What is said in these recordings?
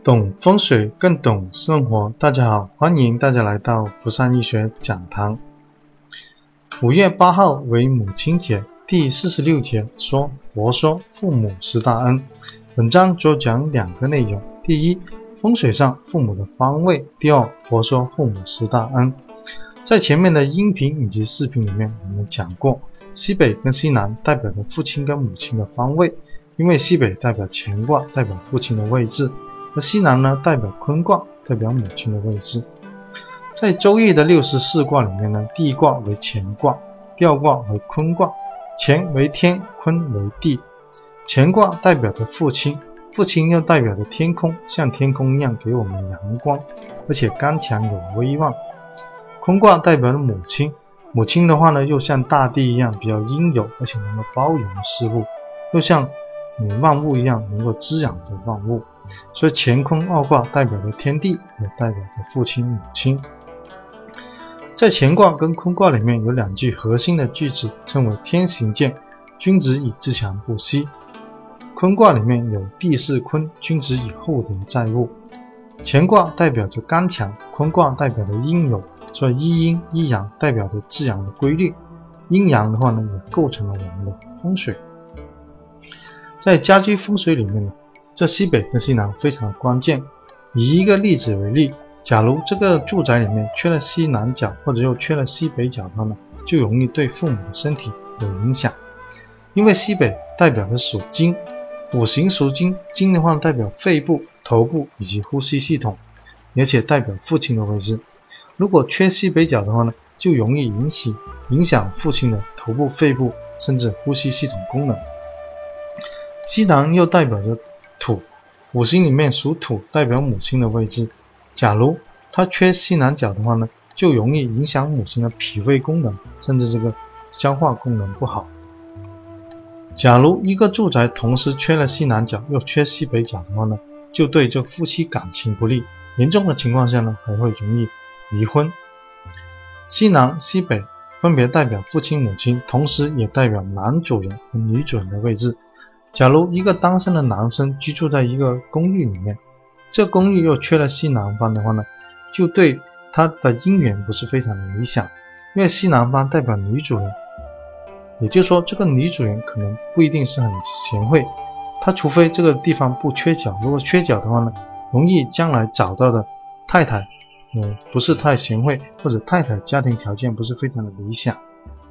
懂风水更懂生活，大家好，欢迎大家来到福山医学讲堂。5月8号为母亲节，第46节说佛说父母十大恩。本章主要讲2个内容，第一，风水上父母的方位，第二，佛说父母十大恩。在前面的音频以及视频里面我们讲过，西北跟西南代表着父亲跟母亲的方位，因为西北代表乾卦，代表父亲的位置，而西南呢代表坤卦，代表母亲的位置。在周易的64卦里面呢，第一卦为乾卦，第二卦为坤卦，乾为天，坤为地。乾卦代表着父亲，父亲又代表着天空，像天空一样给我们阳光，而且刚强有威望。坤卦代表着母亲，母亲的话呢又像大地一样比较阴柔，而且能够包容事物，又像万物一样能够滋养着万物。所以乾坤二卦代表着天地，也代表着父亲母亲。在乾卦跟坤卦里面有2句核心的句子，称为天行健，君子以自强不息。坤卦里面有地势坤，君子以厚德载物。乾卦代表着刚强，坤卦代表着阴柔，所以一阴一阳代表着自然的规律，阴阳的话呢也构成了我们的风水。在家居风水里面呢，这西北跟西南非常的关键。以一个例子为例，假如这个住宅里面缺了西南角，或者又缺了西北角的话呢，就容易对父母的身体有影响。因为西北代表的属金，五行属金，金的话代表肺部、头部以及呼吸系统，而且代表父亲的位置。如果缺西北角的话呢，就容易影响父亲的头部、肺部甚至呼吸系统功能。西南又代表着土，五行里面属土，代表母亲的位置。假如它缺西南角的话呢，就容易影响母亲的脾胃功能，甚至这个消化功能不好。假如一个住宅同时缺了西南角又缺西北角的话呢，就对这夫妻感情不利，严重的情况下呢还会容易离婚。西南西北分别代表父亲母亲，同时也代表男主人和女主人的位置。假如一个单身的男生居住在一个公寓里面，这公寓又缺了西南方的话呢，就对他的姻缘不是非常的理想，因为西南方代表女主人，也就是说这个女主人可能不一定是很贤惠，她除非这个地方不缺角，如果缺角的话呢，容易将来找到的太太不是太贤惠，或者太太家庭条件不是非常的理想。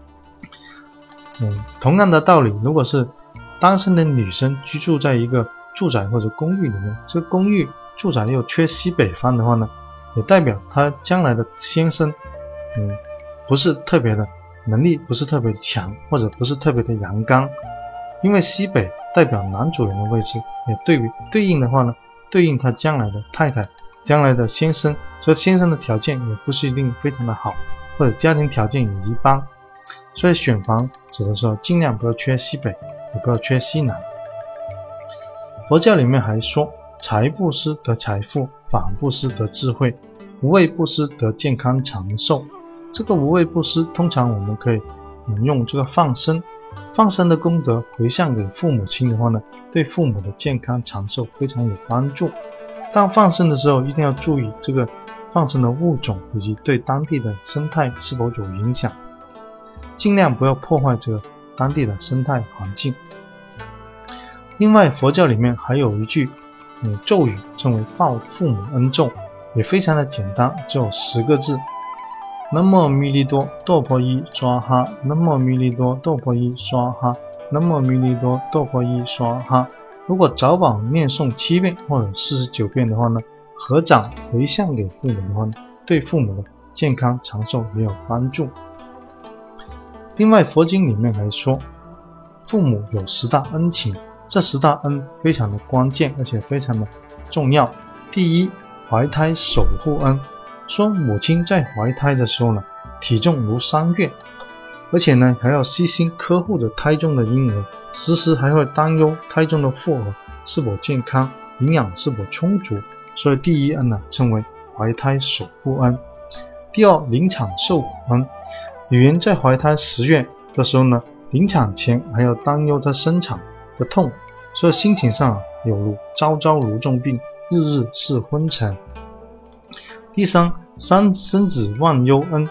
同样的道理，如果是单身的女生居住在一个住宅或者公寓里面，这个公寓住宅又缺西北方的话呢，也代表她将来的先生不是特别的能力，不是特别的强，或者不是特别的阳刚。因为西北代表男主人的位置，也对应的话呢，对应他将来的太太，将来的先生，所以先生的条件也不是一定非常的好，或者家庭条件也一般。所以选房指的时候尽量不要缺西北，也不要缺西南。佛教里面还说，财布施得财富，法布施得智慧，无畏布施得健康长寿。这个无畏布施通常我们可以用这个放生的功德回向给父母亲的话呢，对父母的健康长寿非常有帮助。但放生的时候一定要注意这个放生的物种以及对当地的生态是否有影响，尽量不要破坏这个当地的生态环境。另外佛教里面还有一句咒语，称为报父母恩咒，也非常的简单，只有10个字，南无弥利多哆婆依娑哈，南无弥利多哆婆依娑哈，南无弥利多哆婆依娑哈。如果早晚念诵7遍或者49遍的话呢，合掌回向给父母的话呢，对父母的健康长寿也有帮助。另外佛经里面还说，父母有10大恩情，这10大恩非常的关键，而且非常的重要。第一，怀胎守护恩，说母亲在怀胎的时候呢，体重如3月，而且呢还要悉心呵护着胎中的婴儿，时时还会担忧胎中的妇儿是否健康，营养是否充足。所以第一恩呢称为怀胎守护恩。第二，临产受苦恩，女人在怀胎10月的时候呢，临产前还要担忧她生产的痛，所以心情上有如朝朝如重病， 日日是昏沉。第三，生子忘忧恩。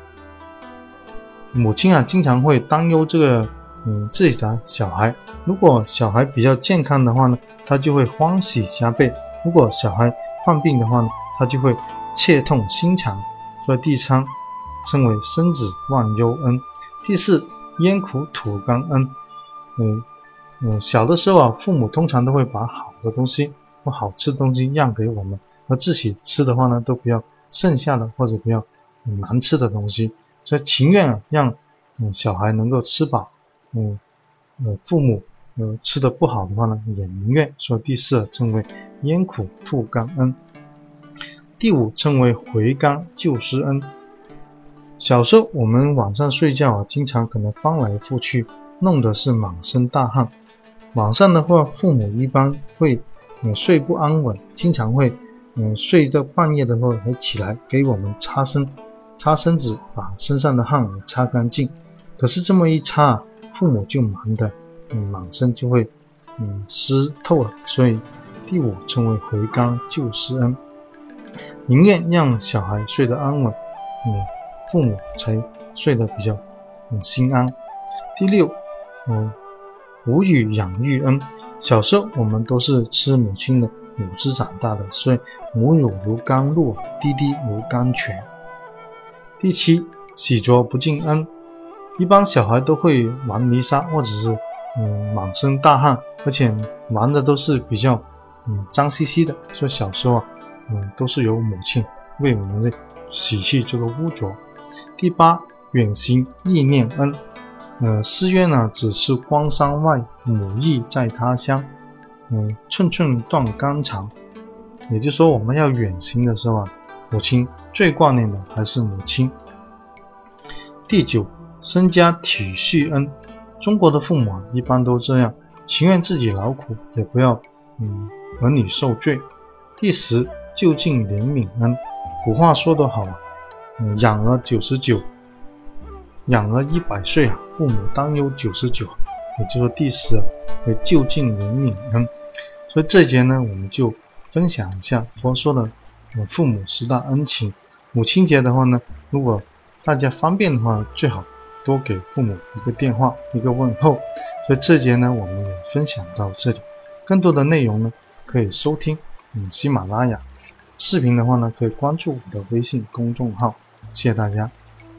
母亲经常会担忧这个自己的小孩，如果小孩比较健康的话呢，他就会欢喜加倍；如果小孩患病的话呢，他就会切痛心肠。所以第三称为生子忘忧恩。第四，咽苦吐甘恩。小的时候父母通常都会把好的东西或好吃的东西让给我们，而自己吃的话呢，都不要剩下的或者不要难吃的东西，所以情愿让小孩能够吃饱。父母吃的不好的话呢，也宁愿。所以第四称为咽苦吐甘恩。第五称为回甘救失恩。小时候我们晚上睡觉经常可能翻来覆去，弄得是满身大汗。晚上的话，父母一般会睡不安稳，经常会睡到半夜的时候还起来给我们擦身子，把身上的汗给擦干净。可是这么一擦，父母就忙得满身就会湿透了。所以第五称为回甘救失恩，宁愿让小孩睡得安稳，父母才睡得比较心安。第六，母乳养育恩。小时候我们都是吃母亲的乳汁长大的，所以母乳如甘露，滴滴如甘泉。第七，洗濯不尽恩。一般小孩都会玩泥沙，或者是满身大汗，而且玩的都是比较脏兮兮的，所以小时候都是由母亲为我们洗去这个污浊。第八，远行忆念恩。诗曰只是关山外，母意在他乡。寸寸断肝肠。也就是说，我们要远行的时候母亲最挂念的还是母亲。第九，身家体恤恩。中国的父母一般都这样，情愿自己劳苦，也不要儿女受罪。第十，就近怜悯恩。古话说得好养儿99，养儿100岁父母担忧99。也就是说第十为就近怜悯恩。所以这节呢，我们就分享一下佛说的父母10大恩情。母亲节的话呢，如果大家方便的话，最好多给父母一个电话，一个问候。所以这节呢，我们也分享到这里。更多的内容呢，可以收听喜马拉雅。视频的话呢，可以关注我的微信公众号。谢谢大家。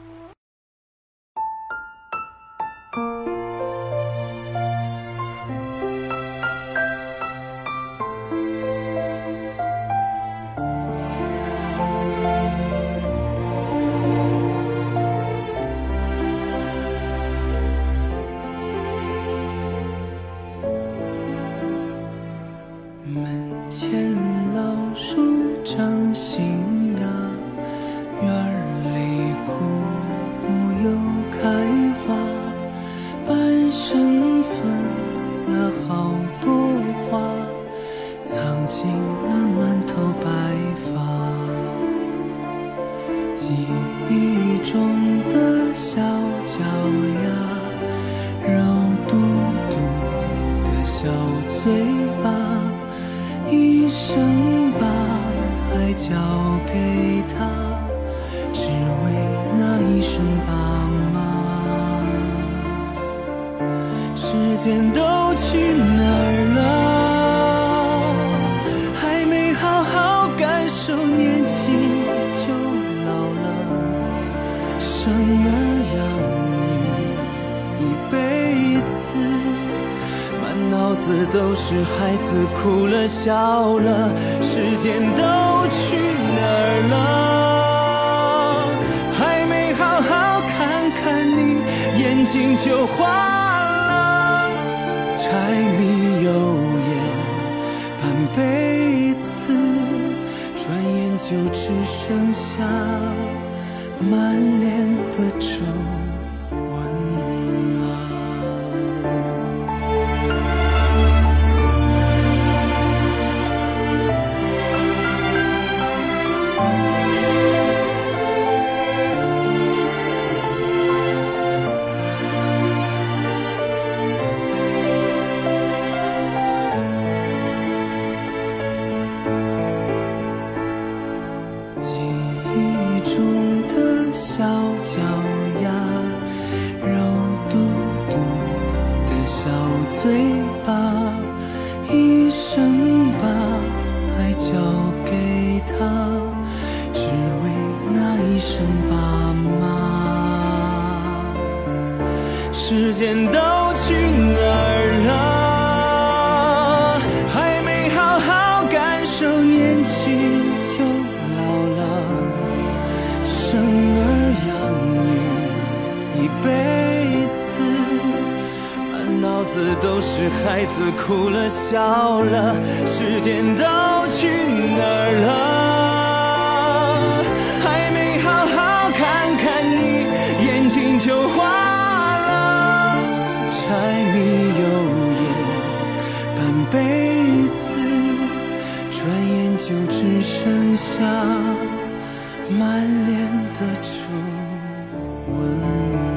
门前老树长新芽，院里枯木又开花，半生存了好多花，藏进了满头白发。记忆中的小脚丫，肉嘟嘟的小嘴巴，一生把爱交给他，只为那一声爸妈。时间都去哪儿了？还没好好感受年轻就老了。生儿养女一辈子，满脑子都是孩子哭了笑了。时间都去哪儿了？还没好好看看你，眼睛就花了。柴米油盐半辈子，转眼就只剩下满脸的皱纹了。 小嘴巴，一生把爱交给他，只为那一声爸妈。时间都去哪儿了？还没好好感受年轻就老了，生儿养女一辈子，满脑子都是孩子哭了笑了。时间都去哪儿了？还没好好看看你，眼睛就花了。柴米油盐半辈子，转眼就只剩下满脸的皱纹。